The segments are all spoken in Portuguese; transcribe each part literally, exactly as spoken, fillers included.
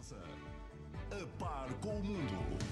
Renascença. A par com o mundo.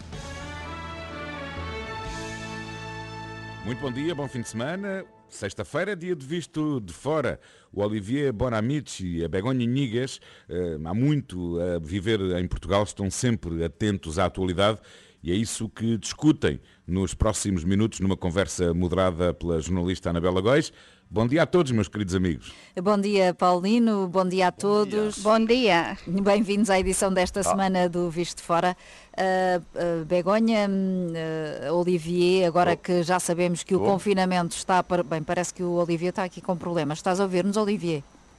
Muito bom dia, bom fim de semana. Sexta-feira, dia de Visto de Fora. O Olivier Bonamici e a Begonha Nigues, há muito a viver em Portugal, estão sempre atentos à atualidade e é isso que discutem nos próximos minutos numa conversa moderada pela jornalista Anabela Góis. Bom dia a todos, meus queridos amigos. Bom dia, Paulino. Bom dia a todos. Bom dia. Bem-vindos à edição desta ah. semana do Visto de Fora. Uh, uh, Begonha, uh, Olivier, agora oh. que já sabemos que o oh. confinamento está... Para... Bem, parece que o Olivier está aqui com problemas. Estás a ouvir-nos, Olivier?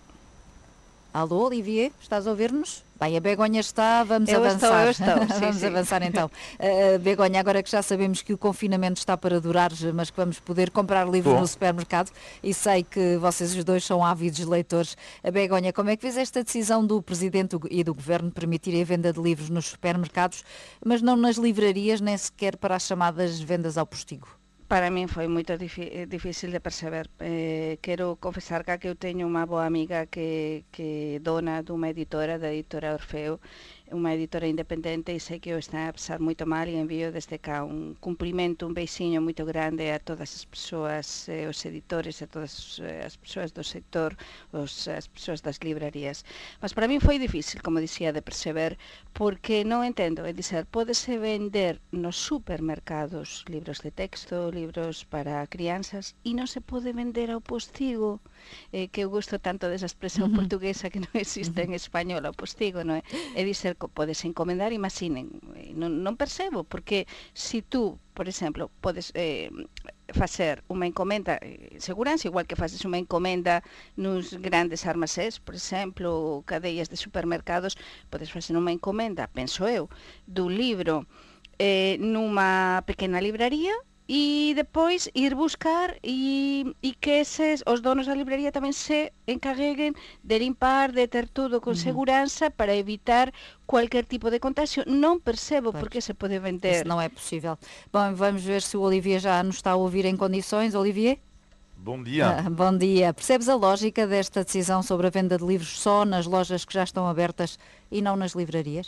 Alô, Olivier? Estás a ouvir-nos? Bem, a Begonha está, vamos eu avançar. Estou, eu estou. vamos sim, avançar sim. então. Uh, Begonha, agora que já sabemos que o confinamento está para durar, mas que vamos poder comprar livros Bom. no supermercado, e sei que vocês os dois são ávidos leitores. A Begonha, como é que vês esta decisão do Presidente e do Governo permitirem a venda de livros nos supermercados, mas não nas livrarias, nem sequer para as chamadas vendas ao postigo? Para min foi moito difícil de perceber. Eh, quero confesar que eu teño unha boa amiga que, que dona dunha editora, da editora Orfeo, unha editora independente, e sei que o está a pasar moito mal, e envío desde cá un cumprimento, un beixiño moito grande a todas as persoas, eh, os editores, a todas as persoas do sector, os, as persoas das librarías. Mas para min foi difícil, como dicía, de perceber, porque non entendo, é dizer, pódese vender nos supermercados libros de texto, libros para crianzas, e non se pode vender ao postigo, eh, que eu gosto tanto desa expresión uh-huh. portuguesa que non existe uh-huh. en español, ao postigo, non é? É dizer, podes encomendar, imaginen, non, non percebo, porque se tú, por exemplo, podes eh, facer unha encomenda, eh, seguranza, igual que faces unha encomenda nos grandes armazéns, por exemplo, cadeas de supermercados, podes facer unha encomenda, penso eu, dun libro eh, nunha pequena libraría, e depois ir buscar e, e que eses, os donos da librería tamén se encarreguen de limpar, de ter tudo con uh-huh. seguranza para evitar qualquer tipo de contagio. Non percebo claro. Porque se pode vender. Isso não é possível. Bom, vamos ver se o Olivier já nos está a ouvir em condições. Olivier? Bom dia. Ah, bom dia. Percebes a lógica desta decisão sobre a venda de livros só nas lojas que já estão abertas e não nas livrarias?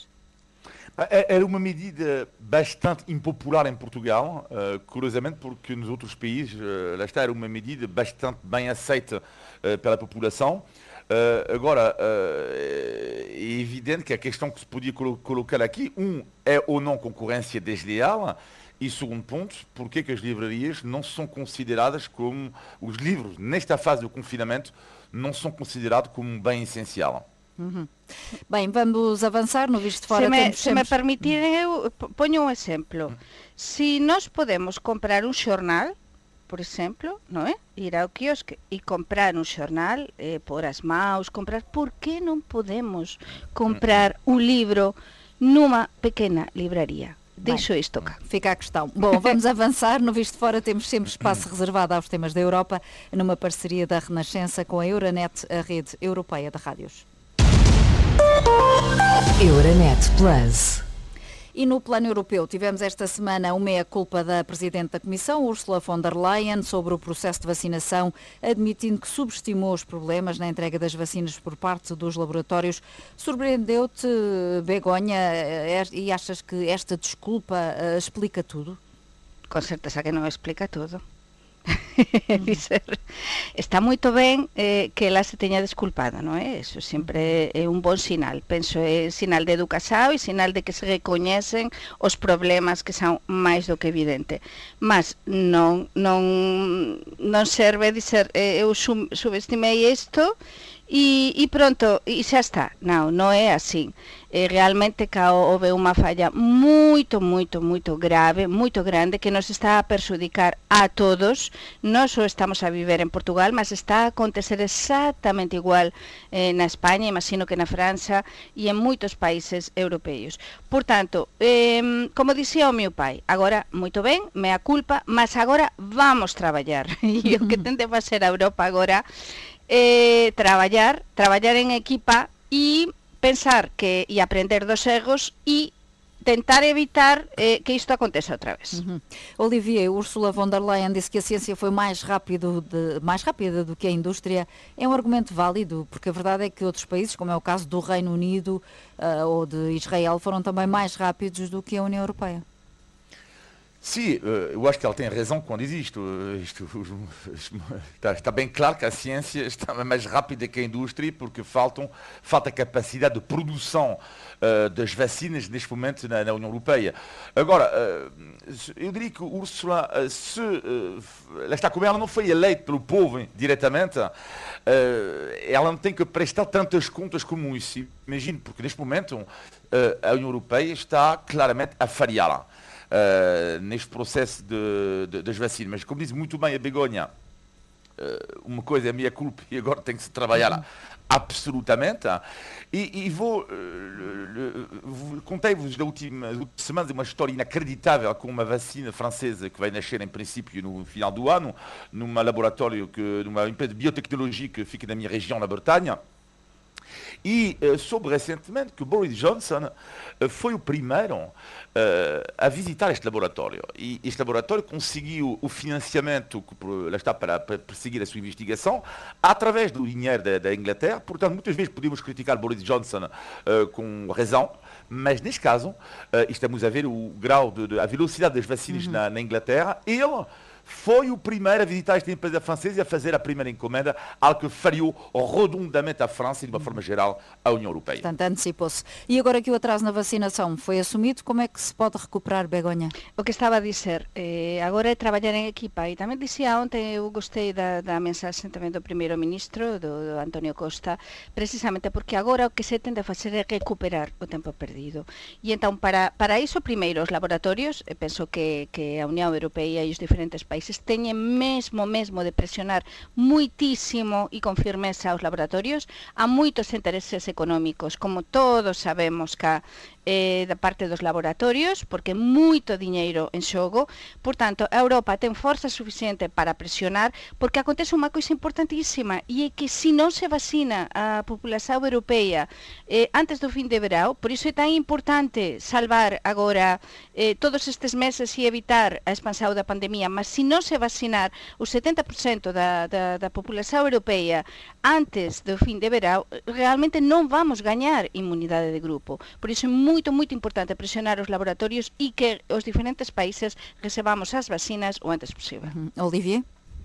Era uma medida bastante impopular em Portugal, uh, curiosamente porque nos outros países, uh, lá está, era uma medida bastante bem aceita uh, pela população. Uh, agora, uh, é evidente que a questão que se podia colo- colocar aqui, um, é ou não concorrência desleal, e segundo ponto, porque que as livrarias não são consideradas como, os livros, nesta fase do confinamento, não são considerados como um bem essencial. Uhum. Bem, vamos avançar no Visto de Fora. Se me, temos se sempre... me permitirem, eu ponho um exemplo. Se nós podemos comprar um jornal, por exemplo, não é? Ir ao quiosque e comprar um jornal, eh, pôr as mãos, comprar, por que não podemos comprar um livro numa pequena livraria? Deixo isto cá. Fica a questão. Bom, vamos avançar. No Visto de Fora temos sempre espaço reservado aos temas da Europa, numa parceria da Renascença com a Euronet, a rede europeia de rádios. Euronet Plus. E no plano europeu tivemos esta semana uma meia-culpa da Presidente da Comissão, Ursula von der Leyen, sobre o processo de vacinação, admitindo que subestimou os problemas na entrega das vacinas por parte dos laboratórios. Surpreendeu-te, Begonha, e achas que esta desculpa uh, explica tudo? Com certeza que non explica todo. Dizer, está moito ben eh, que ela se teña desculpado, non é? Eso sempre é un bon sinal. Penso é sinal de educación e sinal de que se recoñecen os problemas que son máis do que evidente. Mas non non non serve dizer eh, eu sub, subestimei isto e, e pronto, e xa está. Non, non é así. Eh, realmente cá houve unha falla moito, moito, moito grave, moito grande, que nos está a perxudicar a todos. Non só estamos a viver en Portugal, mas está a acontecer exactamente igual eh, na España, imagino que na França e en moitos países europeos. Por tanto, eh, como dicía o meu pai, agora, moito ben, mea culpa, mas agora vamos traballar. E o que tende a facer a Europa agora é eh, traballar, traballar en equipa e pensar que e aprender dos erros e tentar evitar eh, que isto aconteça outra vez. Uhum. Olivier, Ursula von der Leyen disse que a ciência foi mais, rápido de, mais rápida do que a indústria. É um argumento válido, porque a verdade é que outros países, como é o caso do Reino Unido uh, ou de Israel, foram também mais rápidos do que a União Europeia. Sim, eu acho que ela tem razão quando diz isto. isto está, está bem claro que a ciência está mais rápida que a indústria porque faltam, falta capacidade de produção uh, das vacinas neste momento na, na União Europeia. Agora, uh, eu diria que Ursula, uh, se uh, ela está como ela não foi eleita pelo povo diretamente, uh, ela não tem que prestar tantas contas como isso. Imagino, porque neste momento uh, a União Europeia está claramente a falhar. Uh, neste processo de, de, das vacinas. Mas, como diz muito bem a Begonha, uh, uma coisa é a minha culpa e agora tem que se trabalhar uhum. absolutamente. E, e vou... Uh, contei-vos nas últimas semanas uma história inacreditável com uma vacina francesa que vai nascer, em princípio, no final do ano, num laboratório, que, numa empresa de biotecnologia que fica na minha região, na Bretanha. E uh, soube recentemente que Boris Johnson uh, foi o primeiro uh, a visitar este laboratório. E este laboratório conseguiu o financiamento que, lá está, para, para perseguir a sua investigação através do dinheiro da, da Inglaterra. Portanto, muitas vezes podemos criticar Boris Johnson uh, com razão, mas neste caso, uh, estamos a ver o grau, de, de, a velocidade das vacinas uhum. na, na Inglaterra. Ele foi o primeiro a visitar esta empresa francesa e a fazer a primeira encomenda, algo que falhou redondamente a França e, de uma forma geral, a União Europeia. Portanto, antecipou-se. E agora que o atraso na vacinação foi assumido, como é que se pode recuperar, Begonha? O que estava a dizer, eh, agora é trabalhar em equipa. E também dizia ontem, eu gostei da, da mensagem também do primeiro-ministro, do, do António Costa, precisamente porque agora o que se tende a fazer é recuperar o tempo perdido. E então, para, para isso, primeiro, os laboratorios, eh, penso que, que a União Europeia e os diferentes países teñen mesmo, mesmo de presionar muitísimo e con firmeza aos laboratorios a moitos intereses económicos, como todos sabemos que eh, da parte dos laboratorios, porque moito diñeiro en xogo. Por tanto, a Europa ten forza suficiente para presionar, porque acontece unha coisa importantísima, e é que se non se vacina a populación europeia eh, antes do fin de verão, por iso é tan importante salvar agora eh, todos estes meses e evitar a expansão da pandemia, mas se non se vacinar o setenta por cento da, da, da populación europeia antes do fin de verão, realmente non vamos gañar inmunidade de grupo. Por iso é moito, moito importante presionar os laboratorios e que os diferentes países recebamos as vacinas o antes possível. Uhum. Olivier?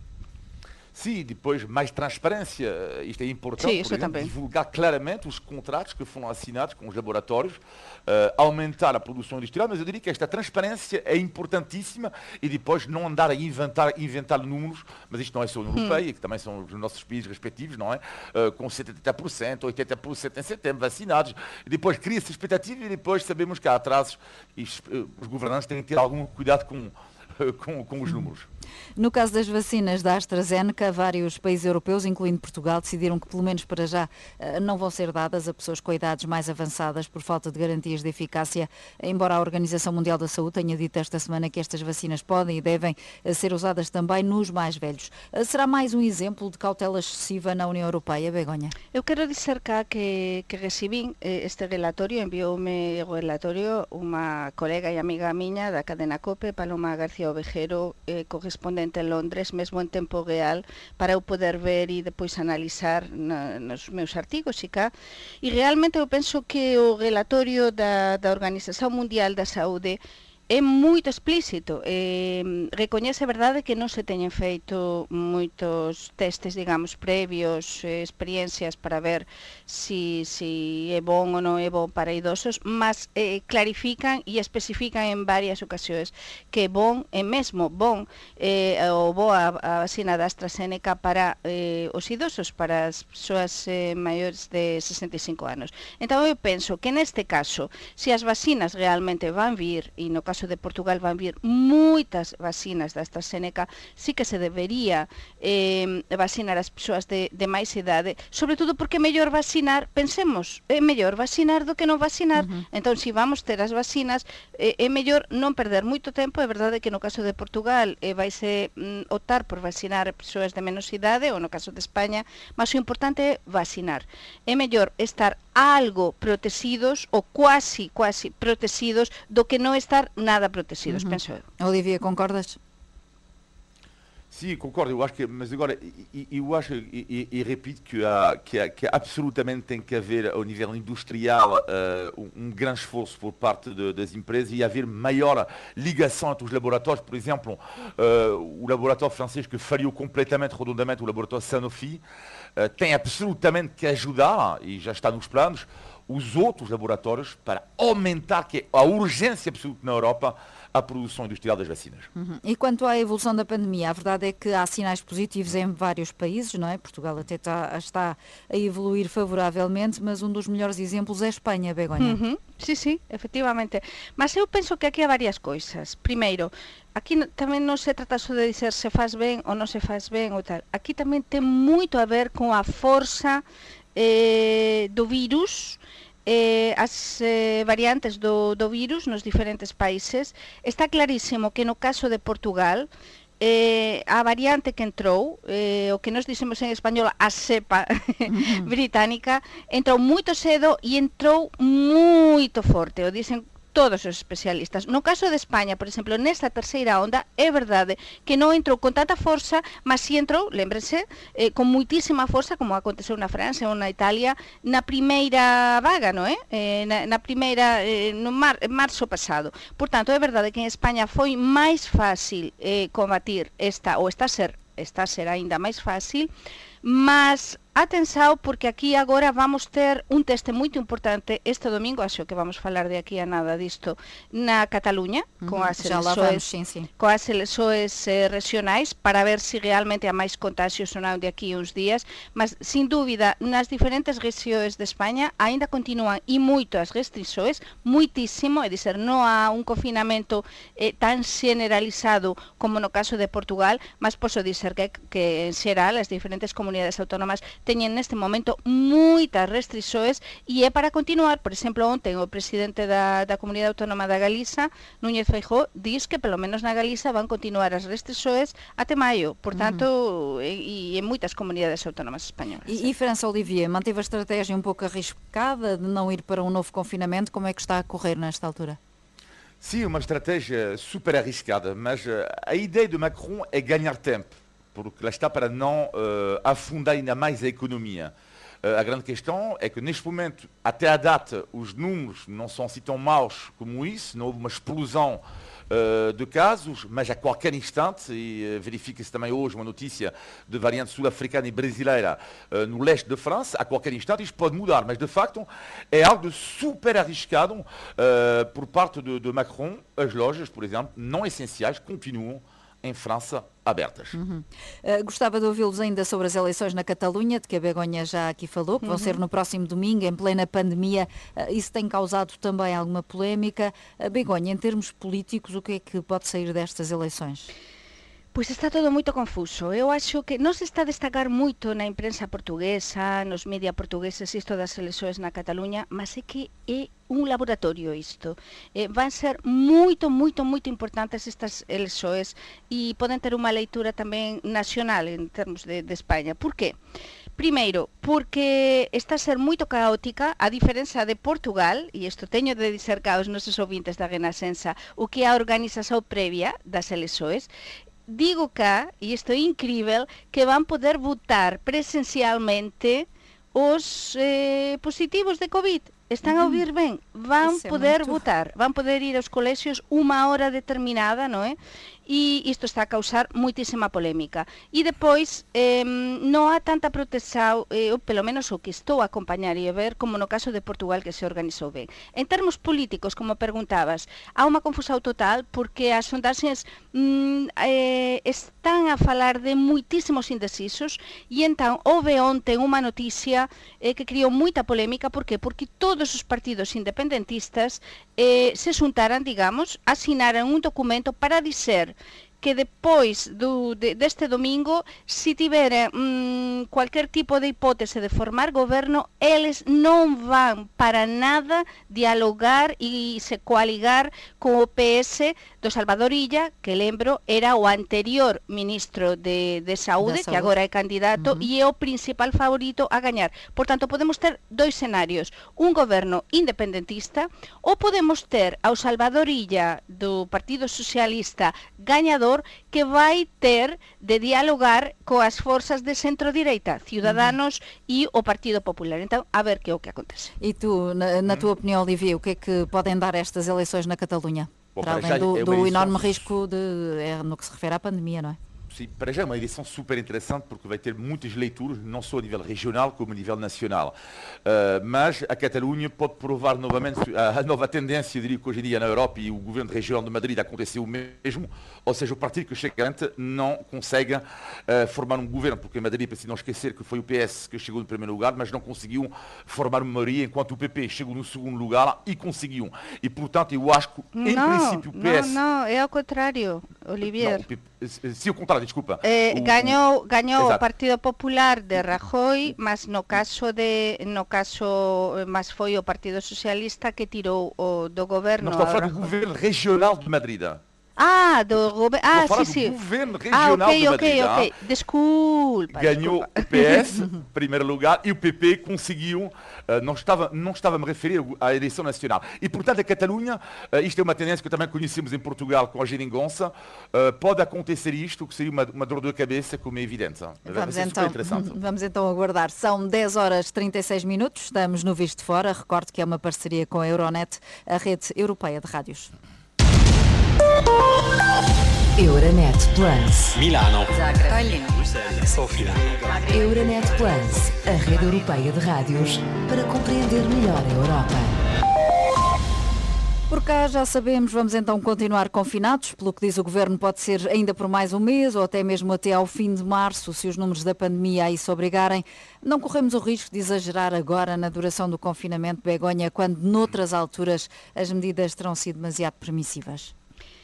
Sim, depois mais transparência, isto é importante, Sim, por exemplo, também. divulgar claramente os contratos que foram assinados com os laboratórios, uh, aumentar a produção industrial, mas eu diria que esta transparência é importantíssima e depois não andar a inventar, inventar números, mas isto não é só a União Europeia, hum. que também são os nossos países respectivos, não é? Uh, com setenta por cento, oitenta por cento em setembro vacinados, e depois cria-se expectativa e depois sabemos que há atrasos e uh, os governantes têm que ter algum cuidado com Com, com os números. No caso das vacinas da AstraZeneca, vários países europeus, incluindo Portugal, decidiram que, pelo menos para já, não vão ser dadas a pessoas com idades mais avançadas por falta de garantias de eficácia, embora a Organização Mundial da Saúde tenha dito esta semana que estas vacinas podem e devem ser usadas também nos mais velhos. Será mais um exemplo de cautela excessiva na União Europeia, Begonha? Eu quero dizer cá que, que recibín este relatório, envioume o relatório unha colega e amiga miña da cadena COPE, Paloma García Ovejero, eh, correspondente en Londres, mesmo en tempo real, para eu poder ver e depois analizar na, nos meus artigos e cá. E realmente eu penso que o relatorio da, da Organización Mundial da Saúde é moito explícito. Eh, recoñece, verdade, que non se teñen feito moitos testes, digamos, previos, eh, experiencias para ver si, si é bon ou non é bon para idosos, mas eh, clarifican e especifican en varias ocasións que é bon, é mesmo bon, eh, ou boa a vacina da AstraZeneca para eh, os idosos, para as persoas eh, maiores de sesenta e cinco anos. Entón, eu penso que neste caso, se as vacinas realmente van vir, e no caso caso de Portugal van vir moitas vacinas da AstraZeneca, sí que se debería eh, vacinar as persoas de, de máis idade, sobre todo porque é mellor vacinar, pensemos, é mellor vacinar do que non vacinar. Uh-huh. Entón, se si vamos ter as vacinas, eh, é mellor non perder moito tempo. É verdade que no caso de Portugal eh, vaise mm, optar por vacinar a persoas de menos idade, ou no caso de España, mas o importante é vacinar. É mellor estar algo protegidos ou quasi, quasi protegidos do que non estar nada protegidos, uh-huh. penso eu. Olivia, concordas? Sim, concordo, eu acho que, mas agora, eu acho e, e repito que, há, que, há, que absolutamente tem que haver, ao nível industrial, uh, um, um grande esforço por parte de, das empresas e haver maior ligação entre os laboratórios. Por exemplo, uh, o laboratório francês que falhou completamente, redondamente, o laboratório Sanofi, uh, tem absolutamente que ajudar, e já está nos planos, os outros laboratórios para aumentar que a urgência absoluta na Europa à produção industrial das vacinas. Uhum. E quanto à evolução da pandemia, a verdade é que há sinais positivos em vários países, não é? Portugal até está, está a evoluir favoravelmente, mas um dos melhores exemplos é a Espanha, Begonha. Uhum. Sí, sí, efectivamente. Mas eu penso que aquí há varias coisas. Primeiro, aquí tamén non se trata só de dizer se faz ben ou non se faz ben ou tal. Aquí tamén ten moito a ver con a forza eh, do virus, Eh, as eh, variantes do, do virus nos diferentes países. Está clarísimo que no caso de Portugal eh, a variante que entrou, eh, o que nos dicemos en español a cepa uh-huh. británica, entrou moito cedo e entrou moito forte, o dicen todos os especialistas. No caso de España, por exemplo, nesta terceira onda, é verdade que non entrou con tanta forza, mas si entrou, lémbrense, eh, con muitísima forza, como aconteceu na Francia ou na Italia, na primeira vaga, non é? Eh, na, na primeira, eh, no mar, en marzo pasado. Por tanto, é verdade que en España foi máis fácil eh, combatir esta, ou está a ser, está a ser aínda máis fácil, mas atenção, porque aquí agora vamos ter un teste moito importante este domingo, acho que vamos falar de aquí a nada disto, na Cataluña, uhum, con as eleições, sim, sim. con as eleições eh, regionais, para ver se realmente há máis contagios ou non de aquí uns días, mas, sin dúbida, nas diferentes regiões de España ainda continúan e moito as restrições, muitísimo, é dizer, non há un confinamento eh, tan generalizado como no caso de Portugal, mas posso dizer que, que en xeral as diferentes comunidades autónomas teñen neste momento moitas restrições e é para continuar. Por exemplo, ontem o presidente da, da Comunidade Autónoma da Galiza, Núñez Feijóo, diz que pelo menos na Galiza van continuar as restrições até maio, portanto, uh-huh. e, e em moitas comunidades autónomas espanholas. E, e França, Olivier, manteve a estratégia um pouco arriscada de não ir para um novo confinamento, como é que está a correr nesta altura? Sim, uma estratégia super arriscada, mas a ideia de Macron é ganhar tempo, porque lá está para não uh, afundar ainda mais a economia. Uh, a grande questão é que neste momento, até a data, os números não são assim tão maus como isso, não houve uma explosão uh, de casos, mas a qualquer instante, e uh, verifica-se também hoje uma notícia de variante sul-africana e brasileira uh, no leste de França, a qualquer instante isto pode mudar, mas de facto é algo de super arriscado uh, por parte de, de Macron. As lojas, por exemplo, não essenciais, continuam em França abertas. Uhum. Uh, gostava de ouvi-los ainda sobre as eleições na Catalunha, de que a Begonha já aqui falou, que vão uhum. ser no próximo domingo, em plena pandemia. Uh, isso tem causado também alguma polémica. Uh, Begonha, em termos políticos, o que é que pode sair destas eleições? Pois está todo moito confuso. Eu acho que non se está a destacar moito na imprensa portuguesa, nos media portugueses, isto das eleições na Cataluña, mas é que é un laboratorio isto. Eh, van ser moito, moito, moito importantes estas eleições e poden ter unha leitura tamén nacional en termos de, de España. Por qué? Primeiro, porque está a ser moito caótica, a diferenza de Portugal, e isto teño de dizer ca os nosos ouvintes da Renascença, o que é a organización previa das eleições. Digo cá, e isto é incrível, que van poder votar presencialmente os eh, positivos de Covid. Están a ouvir ben? Van poder votar, van poder ir aos colexios unha hora determinada, non é? e isto está a causar moitísima polémica. E depois, eh, non há tanta protesao, eh, pelo menos o que estou a acompañar e a ver, como no caso de Portugal, que se organizou ben. En termos políticos, como preguntabas, há unha confusao total porque as sondaxes mm, eh, están a falar de moitísimos indecisos e entón houve onte unha noticia eh, que criou moita polémica. Por qué? Porque todos os partidos independentistas eh, se xuntaran, digamos, asinaran un documento para dizer que depois do, de, deste domingo, se tiver mm, cualquier tipo de hipótese de formar goberno, eles non van para nada dialogar e se coaligar con o P S do Salvador Illa, que lembro era o anterior ministro de, de Saúde, que agora é candidato, uh-huh. e é o principal favorito a gañar. Por tanto, podemos ter dois escenarios, un goberno independentista, ou podemos ter ao Salvador Illa do Partido Socialista gañador, que vai ter de dialogar coas forzas de centro-direita, Ciudadanos uh-huh. e o Partido Popular. Então, a ver que é o que acontece. E tu, na, na tua opinião, Olivier, o que é que podem dar estas eleições na Catalunha? Bom, para além do, é do eleição... enorme risco de, é, no que se refere à pandemia, não é? Sim, para já é uma eleição super interessante porque vai ter muitas leituras, não só a nível regional como a nível nacional. Uh, mas a Catalunha pode provar novamente a, a nova tendência, eu diria que hoje em dia na Europa e o governo regional de Madrid aconteceu o mesmo, ou seja, o partido que chega antes não consegue uh, formar um governo, porque em Madrid, para se não esquecer que foi o P S que chegou no primeiro lugar, mas não conseguiu formar uma maioria, enquanto o P P chegou no segundo lugar e conseguiu. E portanto eu acho que em não, princípio o P S... Não, não, é ao contrário, Olivier. Não, sim, ao contrário, desculpa. Eh, o, gañou gañou exato. o Partido Popular de Rajoy, mas no caso de no caso mas foi o Partido Socialista que tirou o do governo. Não estou a falar do governo regional de Madrid. Ah, do governo. Ah, sim, sim. Do governo regional ah, okay, de Madrid. Ok, ok, desculpa. Ganhou desculpa. o P S, primeiro lugar, e o P P conseguiu, uh, não estava, não estava a me referir à eleição nacional. E, portanto, a Catalunha, uh, isto é uma tendência que também conhecemos em Portugal com a geringonça, uh, pode acontecer isto, que seria uma, uma dor de cabeça, como é evidente. Vamos então, vamos então aguardar. São dez horas e trinta e seis minutos, estamos no Visto Fora. Recordo que é uma parceria com a Euronet, a rede europeia de rádios. Euronet Plus. Milano. Zagreb. Sofia. Euronet Plus, a rede europeia de rádios para compreender melhor a Europa. Por cá já sabemos, vamos então continuar confinados, pelo que diz o Governo pode ser ainda por mais um mês ou até mesmo até ao fim de março, se os números da pandemia a isso obrigarem. Não corremos o risco de exagerar agora na duração do confinamento, Begonha, quando noutras alturas as medidas terão sido demasiado permissivas?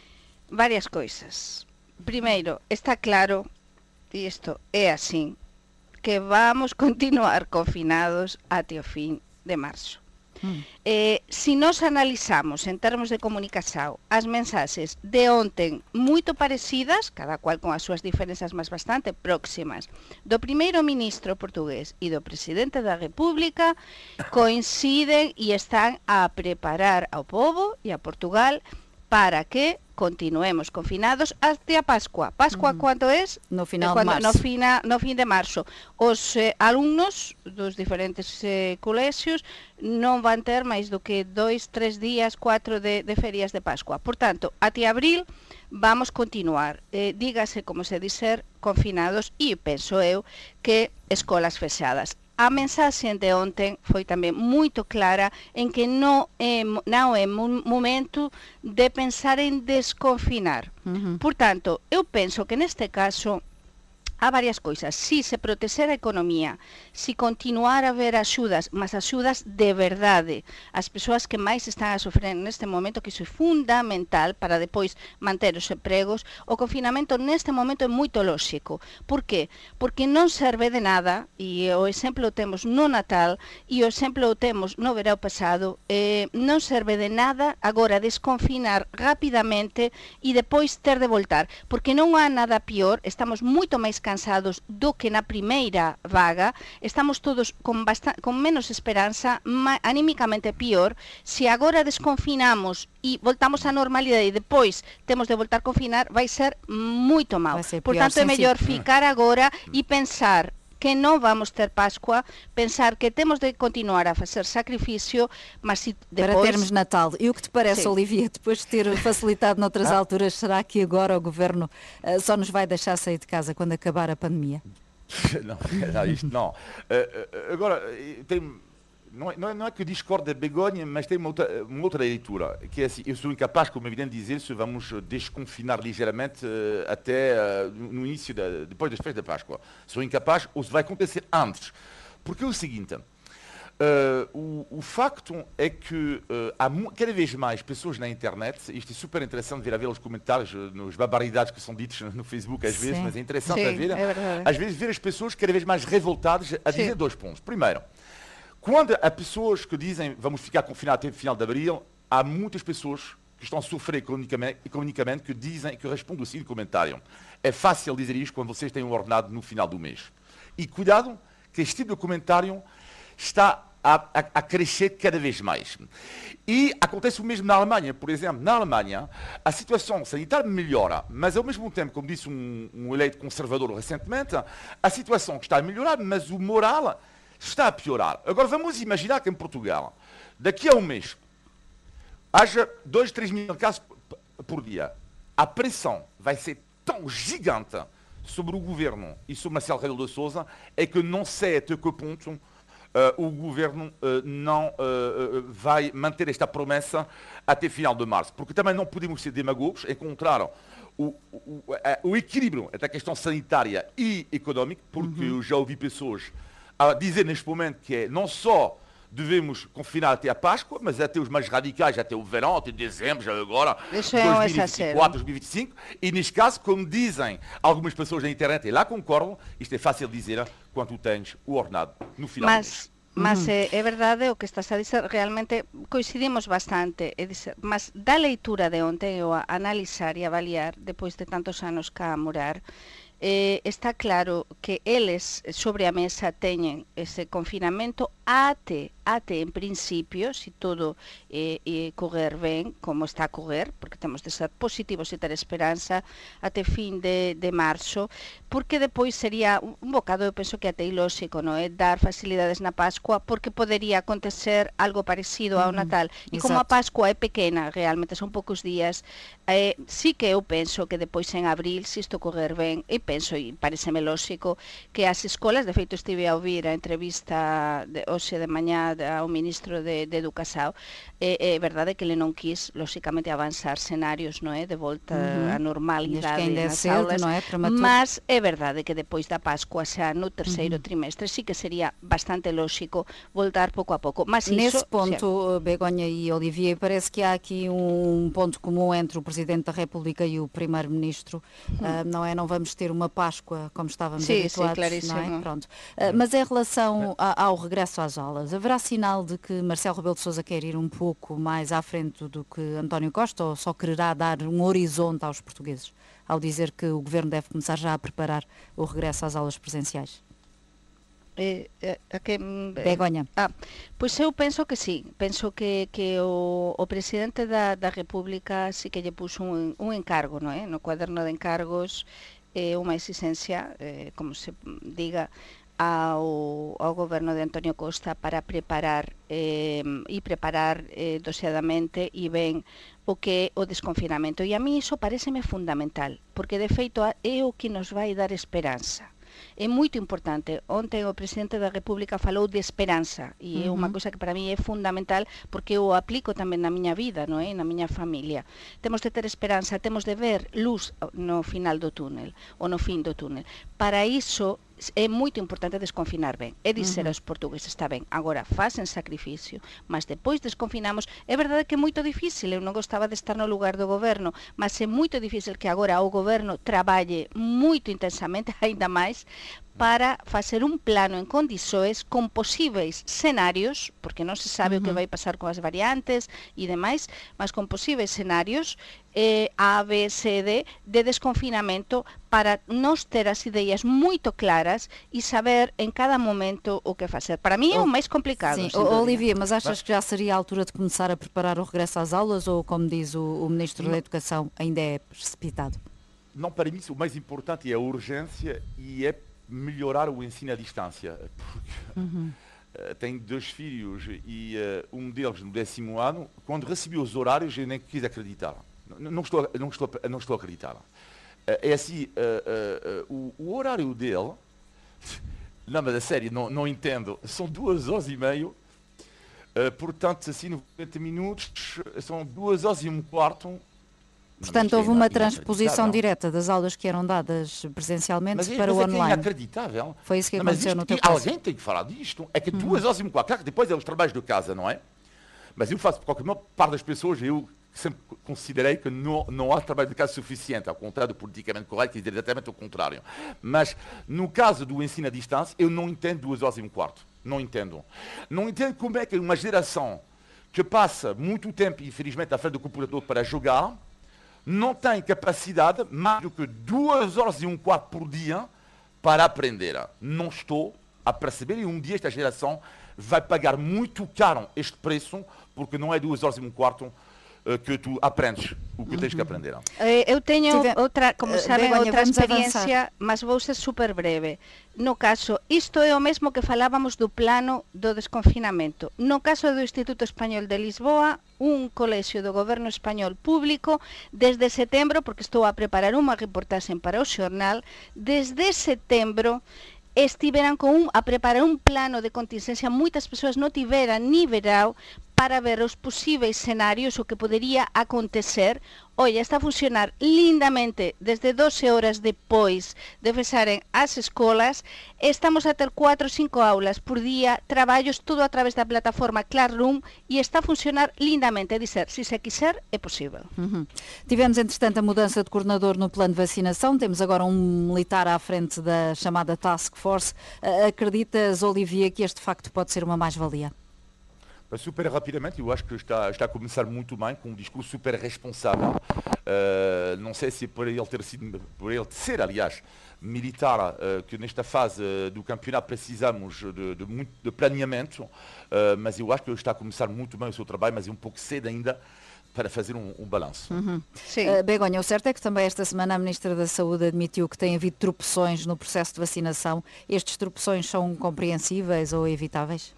Varias coisas. Primeiro, está claro, e isto é assim, que vamos continuar confinados até o fin de marzo. Mm. Eh, se nos analizamos en termos de comunicación as mensaxes de ontem moito parecidas, cada cual con as súas diferenzas máis bastante próximas, do primeiro ministro portugués e do presidente da República, coinciden e están a preparar ao povo e a Portugal para que continuemos confinados até a Pascua. Pascua mm. quando é? No final Cuando, de marzo. No, fina, no fin de marzo. Os eh, alumnos dos diferentes eh, colexios non van ter máis do que dois, tres días, cuatro de, de ferias de Pascua. Por tanto, até abril vamos continuar, eh, dígase como se dizer, confinados e penso eu que escolas fechadas. A mensaxe de ontem foi tamén moito clara en que non é, non é momento de pensar en desconfinar. Uh-huh. Por tanto, eu penso que neste caso há varias coisas. Si se protexer a economía, si continuar a haber axudas, mas axudas de verdade, as persoas que máis están a sofrer neste momento, que iso é fundamental para depois manter os empregos, o confinamento neste momento é moito lóxico. Por qué? Porque non serve de nada, e o exemplo o temos no Natal, e o exemplo o temos no verão pasado, eh, non serve de nada agora desconfinar rapidamente e depois ter de voltar, porque non há nada pior, estamos moito máis cansados do que na primeira vaga, estamos todos con, con menos esperanza, anímicamente pior. Se agora desconfinamos e voltamos á normalidade e depois temos de voltar a confinar, vai ser moito mal. Ser Por pior, tanto, é mellor sí. ficar agora e pensar que não vamos ter Páscoa, pensar que temos de continuar a fazer sacrifício, mas se depois... Para termos Natal. E o que te parece, Sim. Olivia, depois de ter facilitado noutras Ah. alturas, será que agora o Governo uh, só nos vai deixar sair de casa quando acabar a pandemia? não, não, isto não. Uh, uh, agora, tem, não, é, não é que eu discordo da Begonha, mas tem uma outra, uma outra leitura, que é assim, eu sou incapaz, como é evidente, de dizer se vamos desconfinar ligeiramente uh, até uh, no início, da, depois das festas da Páscoa. Sou incapaz, ou se vai acontecer antes. Porque é o seguinte, uh, o, o facto é que uh, há cada vez mais pessoas na internet, isto é super interessante ver a ver os comentários, uh, nos barbaridades que são ditos no Facebook às Sim. vezes, mas é interessante Sim, a ver, é verdade. às vezes ver as pessoas cada vez mais revoltadas a Sim. dizer dois pontos. Primeiro, quando há pessoas que dizem vamos ficar confinados até o final de abril, há muitas pessoas que estão a sofrer economicamente, economicamente que dizem, que respondem assim no comentário. É fácil dizer isto quando vocês têm um ordenado no final do mês. E cuidado, que este tipo de comentário está a, a, a crescer cada vez mais. E acontece o mesmo na Alemanha. Por exemplo, na Alemanha, a situação sanitária melhora, mas ao mesmo tempo, como disse um, um eleito conservador recentemente, a situação está a melhorar, mas o moral está a piorar. Agora vamos imaginar que em Portugal, daqui a um mês, haja dois, três mil casos por dia. A pressão vai ser tão gigante sobre o governo e sobre Marcelo Rebelo de Sousa, é que não sei até que ponto uh, o governo uh, não uh, vai manter esta promessa até final de março. Porque também não podemos ser demagogos, encontrar o, o, o equilíbrio entre a questão sanitária e económica, porque uhum. eu já ouvi pessoas a dizer neste momento que é não só devemos confinar até a Páscoa, mas até os mais radicais, até o verão, até dezembro, já agora, Isso é dois mil e vinte e quatro, dois mil e vinte e cinco, e neste caso, como dizem algumas pessoas na internet, e lá concordam, isto é fácil dizer quando tu tens o ordenado no final mas, do mês. Mas Uhum. é, é verdade o que estás a dizer, realmente coincidimos bastante, é dizer, mas da leitura de ontem, eu a analizar e avaliar, depois de tantos anos cá a morar, eh, está claro que eles sobre a mesa teñen ese confinamento até, até en principio, se todo eh, eh, correr ben, como está a correr, porque temos de ser positivos e ter esperanza, até fin de, de marzo, porque depois sería un, un bocado, eu penso que até ilóxico, non é? Dar facilidades na Pascua, porque podería acontecer algo parecido ao Natal. E como a Exato. Pascua é pequena, realmente son poucos días, eh, sí que eu penso que depois en abril, se isto correr ben, e penso, e pareceme lóxico, que as escolas, de feito estive a ouvir a entrevista de, hoxe de mañá ao ministro de, de Educação, é, é verdade que ele non quis, lóxicamente, avanzar cenários, non é? De volta Uhum. á normalidade Desde que ainda é nas cedo, aulas, não é? Prematuro. mas é verdade que depois da Pascua, xa no terceiro trimestre, sí que sería bastante lóxico voltar pouco a pouco. Mas Nesse iso, ponto, Begonha e Olivier, parece que há aqui um ponto comum entre o Presidente da República e o Primeiro-Ministro, ah, não é? Não vamos ter uma Páscoa como estávamos Sim, sim, habituados, claríssimo. não é? Pronto. Ah, mas em relação a- ao regresso às aulas, haverá sinal de que Marcelo Rebelo de Sousa quer ir um pouco mais à frente do que António Costa ou só quererá dar um horizonte aos portugueses ao dizer que o Governo deve começar já a preparar o regresso às aulas presenciais? eh, eh, a que, mm, eh, Begonha. Ah, pois eu penso que sí, penso que, que o, o presidente da, da República sí que lle puso un, un encargo, non é? No cuaderno de encargos, eh, unha exigencia, eh, como se diga, ao, ao goberno de Antonio Costa para preparar eh, e preparar eh, doseadamente e ben o que é o desconfinamento. E a mí iso pareceme fundamental, porque de feito a- é o que nos vai dar esperanza. É moito importante. Ontem o presidente da República falou de esperanza e é unha cousa que para mí é fundamental porque eu o aplico tamén na miña vida, non é? Na miña familia. Temos de ter esperanza, temos de ver luz no final do túnel ou no fin do túnel. Para iso é moito importante desconfinar ben. É dizer aos portugueses, está ben, agora facen sacrificio, mas depois desconfinamos. É verdade que é moito difícil, eu non gostaba de estar no lugar do goberno, mas é moito difícil que agora o goberno traballe moito intensamente, aínda máis, para facer un plano en condições con posíveis cenarios, porque non se sabe o que vai pasar con as variantes e demais, mas con posíveis cenarios eh, A, B, C, D de desconfinamento para nos ter as ideas moito claras e saber en cada momento o que facer. Para mí é o máis complicado. Sim, sem O- dúvida. Olivia, mas achas que já seria a altura de começar a preparar o regresso às aulas ou, como diz o, o Ministro da Educação, ainda é precipitado? Não, para mim, o mais importante é a urgência e é melhorar o ensino à distância. Porque, uhum. uh, tenho dois filhos e uh, um deles no décimo ano, quando recebi os horários, eu nem quis acreditar. Não, não, estou, não, estou, não estou a acreditar. Uh, é assim, uh, uh, uh, o, o horário dele, não, mas a sério, não, não entendo, são duas horas e meio, uh, portanto, assim, noventa minutos, são duas horas e um quarto. Portanto, houve uma transposição direta das aulas que eram dadas presencialmente mas, para mas o é online. É inacreditável. Foi isso que não, aconteceu isto, no teu e caso. Alguém tem que falar disto. É que hum. duas horas e um quarto. Claro que depois é os trabalhos de casa, não é? Mas eu faço, porque a maior parte das pessoas, eu sempre considerei que não, não há trabalho de casa suficiente, ao contrário do politicamente correto, que diz exatamente o contrário. Mas, no caso do ensino à distância, eu não entendo duas horas e um quarto. Não entendo. Não entendo como é que uma geração que passa muito tempo, infelizmente, à frente do computador para jogar, não tem capacidade, mais do que duas horas e um quarto por dia, para aprender. Não estou a perceber, e um dia esta geração vai pagar muito caro este preço, porque não é duas horas e um quarto uh, que tu aprendes o que uhum. tens que aprender. Eu tenho Tive... outra, como sabem, Begonha, outra experiência, mas vou ser super breve. No caso, isto é o mesmo que falávamos do plano do desconfinamento. No caso do Instituto Español de Lisboa, un colexio do goberno español público, desde setembro, porque estou a preparar unha reportaxe para o xornal, desde setembro estiveran con un, a preparar un plano de contingencia, moitas persoas non tiveran ni verao para ver os posíveis escenarios, o que podería acontecer. Oye, está a funcionar lindamente desde doce horas depois de fecharen as escolas. Estamos a ter cuatro ou cinco aulas por día, traballos, todo a través da plataforma Classroom, e está a funcionar lindamente. É dizer, se se quiser, é possível. Uhum. Tivemos, entretanto, a mudança de coordenador no plano de vacinação. Temos agora um militar à frente da chamada Task Force. Acreditas, Olivier, que este facto pode ser uma mais-valia? Super rapidamente, eu acho que está, está a começar muito bem, com um discurso super responsável. Uh, não sei se por ele ter sido, por ele ser, aliás, militar, uh, que nesta fase uh, do campeonato precisamos de, de muito de planeamento, uh, mas eu acho que ele está a começar muito bem o seu trabalho, mas é um pouco cedo ainda para fazer um, um balanço. Uhum. Sim. Uh, Begonha, o certo é que também esta semana a Ministra da Saúde admitiu que tem havido tropeções no processo de vacinação. Estes tropeções são compreensíveis ou evitáveis?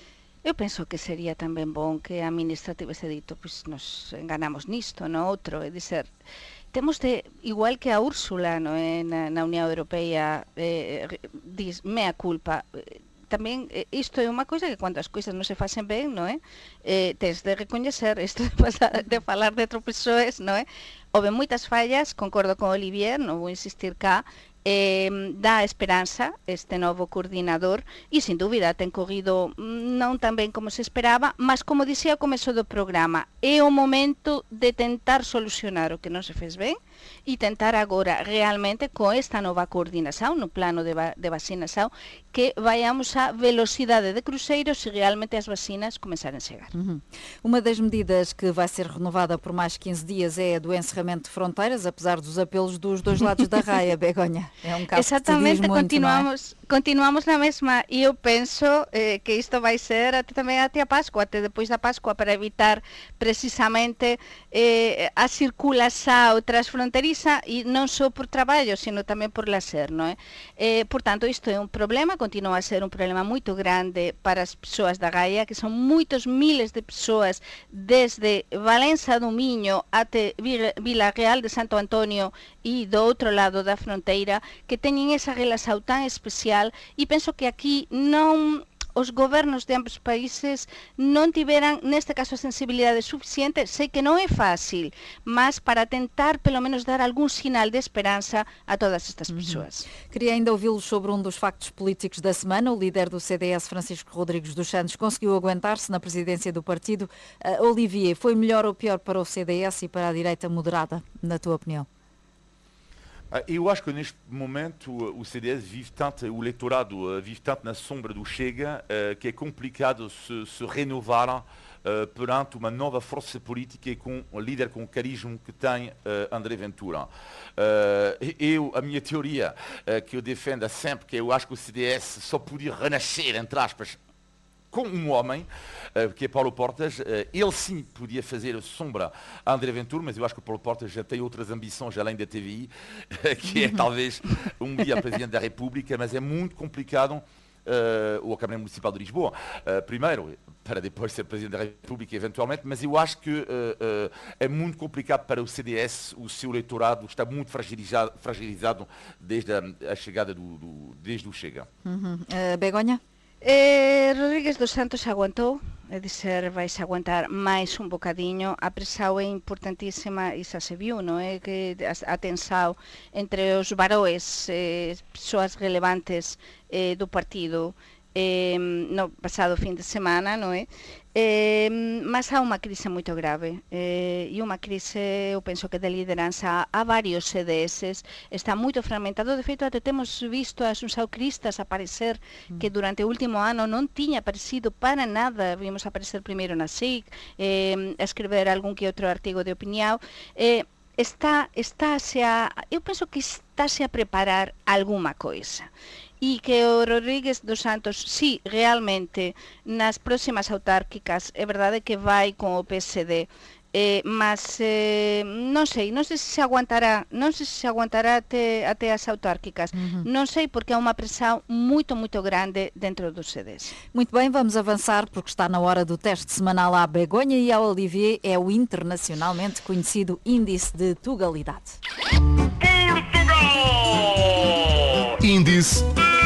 Eu penso que sería tamén bon que a ministra tivese dito, pois nos enganamos nisto, no outro, é dizer, temos de, igual que a Úrsula, no, eh, na, na Unión Europea, eh, diz, mea culpa, tamén isto é unha coisa que cando as coisas non se facen ben, non é? Eh, tens de recoñecer isto de, pasar, de falar de tropezoes, non é? Houve moitas fallas, concordo con Olivier, non vou insistir cá, Eh, dá esperanza este novo coordinador e, sin dúbida, ten corrido non tan ben como se esperaba, mas, como dixía ao comezo do programa, é o momento de tentar solucionar o que non se fez ben e tentar agora realmente con esta nova coordinación no plano de, va de vacinación que vayamos a velocidade de cruceiro se realmente as vacinas começarem a chegar. Uhum. Uma das medidas que vai ser renovada por mais quinze dias é a do encerramento de fronteiras, apesar dos apelos dos dois lados da raia, Begonha. É um caso Exatamente, que te diz muito, continuamos, não é? continuamos na mesma e eu penso eh, que isto vai ser até, também até a Páscoa, até depois da Páscoa, para evitar precisamente eh, a circulação transfronteiriça e non só por traballo, sino tamén por lazer, non é? Eh, portanto, isto é un problema, continua a ser un problema moito grande para as persoas da Gaia, que son moitos miles de persoas desde Valença do Miño até Vila Real de Santo Antonio e do outro lado da fronteira, que teñen esa relación tan especial, e penso que aquí non os gobernos de ambos países non tiveran, neste caso, a sensibilidade suficiente. Sei que non é fácil, mas para tentar, pelo menos, dar algún sinal de esperanza a todas estas persoas. Uhum. Queria ainda ouvi-lo sobre um dos factos políticos da semana. O líder do C D S, Francisco Rodrigues dos Santos, conseguiu aguentar-se na presidência do partido. Uh, Olivier, foi melhor ou pior para o C D S e para a direita moderada, na tua opinião? Eu acho que neste momento o C D S vive tanto, o eleitorado vive tanto na sombra do Chega, que é complicado se, se renovar perante uma nova força política e com um líder com o carisma que tem André Ventura. Eu, a minha teoria, que eu defendo sempre, que eu acho que o C D S só podia renascer, entre aspas, com um homem, uh, que é Paulo Portas. Uh, ele sim podia fazer sombra a André Ventura, mas eu acho que o Paulo Portas já tem outras ambições além da T V I, uh, que é talvez um dia Presidente da República, mas é muito complicado, uh, ou a Câmara Municipal de Lisboa, uh, primeiro, para depois ser Presidente da República eventualmente, mas eu acho que uh, uh, é muito complicado para o C D S, o seu eleitorado está muito fragilizado, fragilizado desde a, a chegada do, do, desde o Chega. Uhum. Uh, Begonha? Eh, Rodríguez dos Santos aguantou, é dizer, vais aguantar máis un bocadiño. A presión é importantísima e xa se viu, non é? Que a tensao entre os varoes, eh, persoas relevantes eh, do partido, eh, no pasado fin de semana, non é? Eh, mas há unha crise moito grave eh, e unha crise, eu penso que de lideranza a varios C D S, está moito fragmentado. De feito, até temos visto as uns aucristas aparecer que durante o último ano non tiña aparecido para nada. Vimos aparecer primeiro na S I C, eh, escrever algún que outro artigo de opinión. eh, está, está a, eu penso que estáse a preparar alguma coisa. E que o Rodríguez dos Santos, sí, realmente, nas próximas autárquicas, é verdade que vai con o P S D, eh, mas eh, non sei, non sei se se aguantará, non sei se se aguantará até, até as autárquicas, uh-huh. Non sei, porque há unha pressão muito, muito grande dentro do C D S. Muito bem, vamos avançar porque está na hora do teste semanal à Begonha e ao Olivier, é o internacionalmente conhecido índice de tugalidade. Portugal! Índice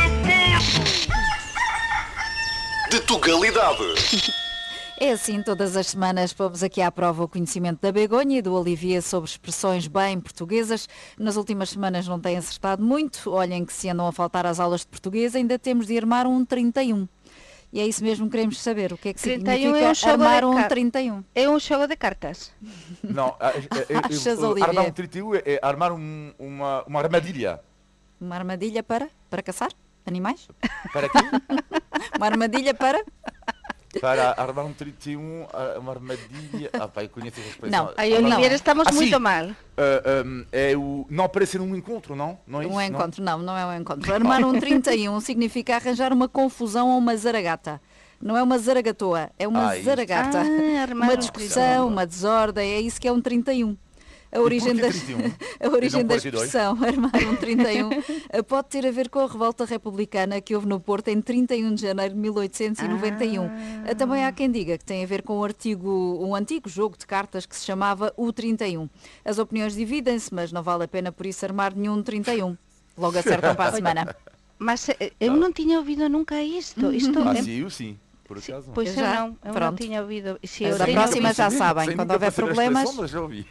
de tugalidade. É assim, todas as semanas pomos aqui à prova o conhecimento da Begonha e do Olivier sobre expressões bem portuguesas. Nas últimas semanas não têm acertado muito. Olhem que se andam a faltar às aulas de português, ainda temos de armar um trinta e um. E é isso mesmo que queremos saber. O que é que significa é um armar um trinta e um? É um jogo de cartas. Não, Achas, eu, eu, Olivier? armar um trinta e um é armar um, uma, uma armadilha. Uma armadilha para? Para caçar animais? Para quê? Uma armadilha para? Para armar um trinta e um, uma armadilha... Ah, pá, eu conheço essa expressão. Não, aí Olivier, estamos ah, muito sim. mal. Uh, um, é o... Não aparecer num encontro, não? Não é Um isso, encontro, não? não, não é um encontro. Armar um trinta e um significa arranjar uma confusão ou uma zaragata. Não é uma zaragatoa, é uma Ah, zaragata. Ah, armar uma um discussão, uma desordem, é isso que é um trinta e um. A origem, porquê das, trinta e um? a origem E não da quarenta e dois? expressão armar um trinta e um pode ter a ver com a revolta republicana que houve no Porto em trinta e um de janeiro de mil oitocentos e noventa e um. Ah. Também há quem diga que tem a ver com um, artigo, um antigo jogo de cartas que se chamava o trinta e um. As opiniões dividem-se, mas não vale a pena por isso armar nenhum trinta e um. Logo acertam para a semana. Mas eh, eu não tinha ouvido nunca isto. isto Ah, é- sim, eu sim. Por acaso. Pois Eu eu já? não, eu não Pronto. tinha ouvido. Se Mas eu da tenho- próxima já Sem sabem, nunca quando houver perceber a problemas- expressão, mas já ouvi.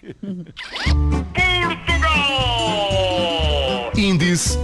Portugal! Índice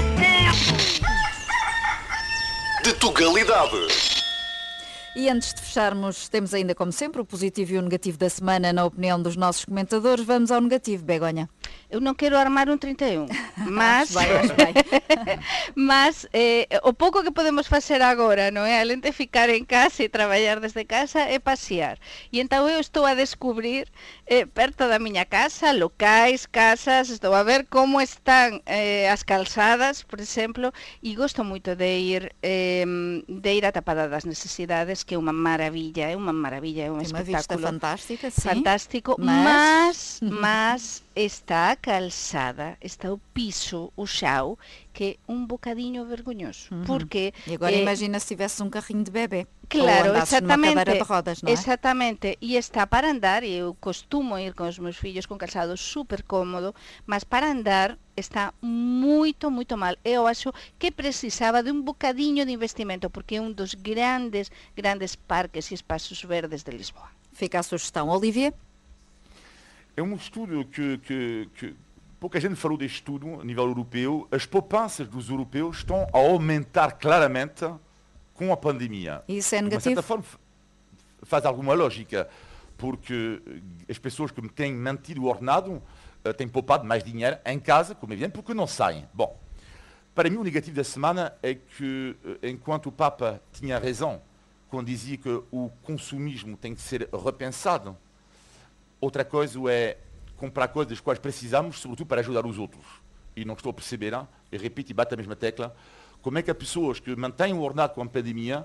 de tugalidade. E antes de fecharmos, temos ainda, como sempre, o positivo e o negativo da semana, na opinião dos nossos comentadores. Vamos ao negativo, Begonha. Eu não quero armar um trinta e um, mas, Vai, vai, vai. mas eh, o pouco que podemos facer agora, non é? Além de ficar en casa e traballar desde casa, é pasear. E então eu estou a descubrir eh, perto da miña casa, locais, casas, estou a ver como están eh, as calzadas, por exemplo, e gosto moito de ir eh, de ir a Tapada das Necesidades, que é unha maravilla, é unha maravilla, é un Tem uma vista espectáculo fantástica, sim. fantástico, Mas- mas, mas está a calçada, está o piso, o chão, que é um bocadinho vergonhoso, porque E agora eh, imagina se tivesse um carrinho de bebê. Claro, ou andasses numa exactamente, cadeira de rodas, não é? exatamente, e está para andar, e eu costumo ir com os meus filhos com calçado super cómodo, mas para andar está muito, muito mal. Eu acho que precisava de um bocadinho de investimento, porque é um dos grandes, grandes parques e espaços verdes de Lisboa. Fica a sugestão. Olivier? É um estudo que, que, que pouca gente falou deste estudo a nível europeu. As poupanças dos europeus estão a aumentar claramente com a pandemia. Isso é De uma negativo? certa forma, f- faz alguma lógica, porque as pessoas que têm mantido o ordenado eh, têm poupado mais dinheiro em casa, como é evidente, porque não saem. Bom, para mim o negativo da semana é que, eh, enquanto o Papa tinha razão quando dizia que o consumismo tem que ser repensado, outra coisa é comprar coisas das quais precisamos, sobretudo para ajudar os outros. E não estou a perceber, hein? E repito e bato a mesma tecla, como é que há pessoas que mantêm o ordenado com a pandemia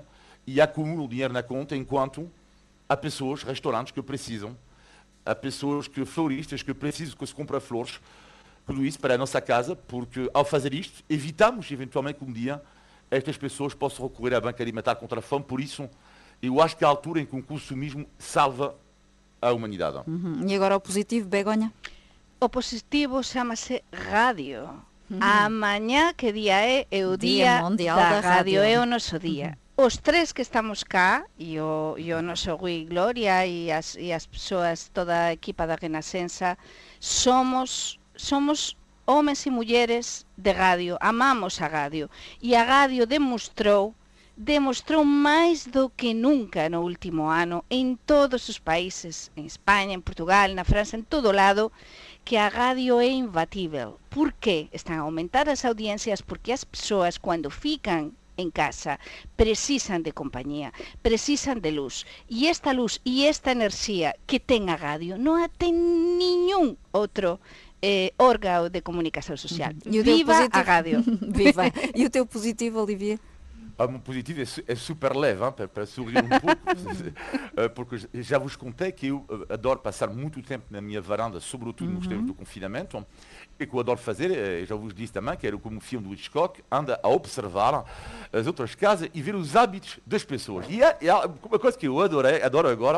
e acumulam dinheiro na conta, enquanto há pessoas, restaurantes que precisam, há pessoas, que floristas que precisam que se compra flores, tudo isso para a nossa casa, porque ao fazer isto, evitamos eventualmente que um dia estas pessoas possam recorrer à banca alimentar contra a fome. Por isso, eu acho que é a altura em que o consumismo salva a humanidade. Uhum. E agora o positivo, Begonha? O positivo chama-se rádio. Uhum. Amanhã, que dia é? É o dia, dia mundial da, da rádio, rádio. é o nosso dia. Uhum. Os três que estamos cá, e o, e o nosso Rui Glória e as, e as pessoas, toda a equipa da Renascença, somos, somos homens e mulheres de rádio, amamos a rádio. E a rádio demonstrou, demonstrou mais do que nunca no último ano, em todos os países, em Espanha, em Portugal, na França, em todo lado, que a rádio é imbatível. Por quê? Estão a aumentar as audiências porque as pessoas, quando ficam em casa, precisam de companhia, precisam de luz. E esta luz e esta energia que tem a rádio não a tem nenhum outro eh, órgão de comunicação social. E o Viva positivo... a rádio! Viva! E o teu positivo, Olivier? O meu positivo é, su é super leve, hein, para, para sorrir um pouco, porque já vos contei que eu adoro passar muito tempo na minha varanda, sobretudo nos tempos do confinamento. E que eu adoro fazer, já vos disse também, que era como o filme do Hitchcock, anda a observar as outras casas e ver os hábitos das pessoas. E, há, e há uma coisa que eu adorei, adoro agora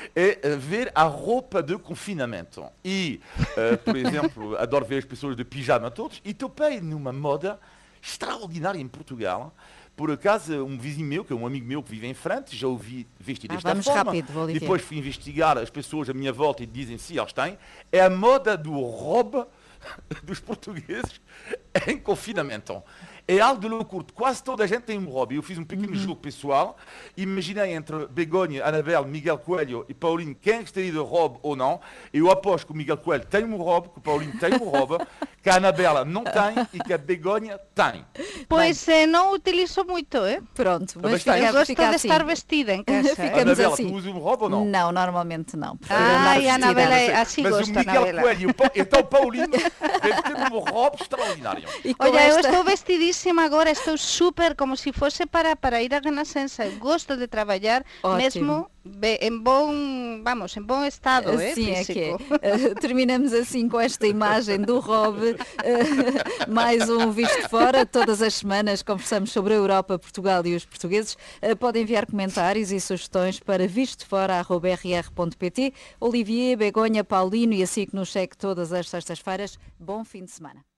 é ver a roupa de confinamento. E, uh, por exemplo, adoro ver as pessoas de pijama todos, e topei numa moda extraordinária em Portugal. Por acaso, um vizinho meu, que é um amigo meu que vive em frente, já ouvi vestir ah, desta vamos forma. Rápido, Olivier. Depois fui investigar as pessoas à minha volta e dizem sim, elas têm. É a moda do robe dos portugueses em confinamento. É algo de loucura. Quase toda a gente tem um hobby. Eu fiz um pequeno uhum. jogo pessoal. Imaginei entre Begonha, Anabel, Miguel Coelho e Paulinho quem gostaria de hobby ou não. Eu aposto que o Miguel Coelho tem um hobby, que o Paulinho tem um hobby, que a Anabela não tem e que a Begonha tem. Pois é, não utilizo muito, é? Pronto, mas mas fica, eu gosto fica de assim. estar vestida em casa. Ficamos Anabela, assim. tu usas um hobby ou não? Não, normalmente não. Ai, a Anabela é assim, mas gosta, o Miguel Anabela. Coelho, o pa... então o Paulinho deve ter um hobby extraordinário. Olha, esta... eu estou vestidíssima agora, estou super como se fosse para, para ir à Renascença. Eu gosto de trabalhar Ótimo. mesmo em bom, vamos, em bom estado, assim é, é que é. físico. Uh, terminamos assim com esta imagem do Rob. Uh, mais um Visto Fora. Todas as semanas conversamos sobre a Europa, Portugal e os portugueses. Uh, podem enviar comentários e sugestões para visto fora arroba r r ponto p t. Olivier, Begonha, Paulino e assim que nos segue todas as sextas-feiras. Bom fim de semana.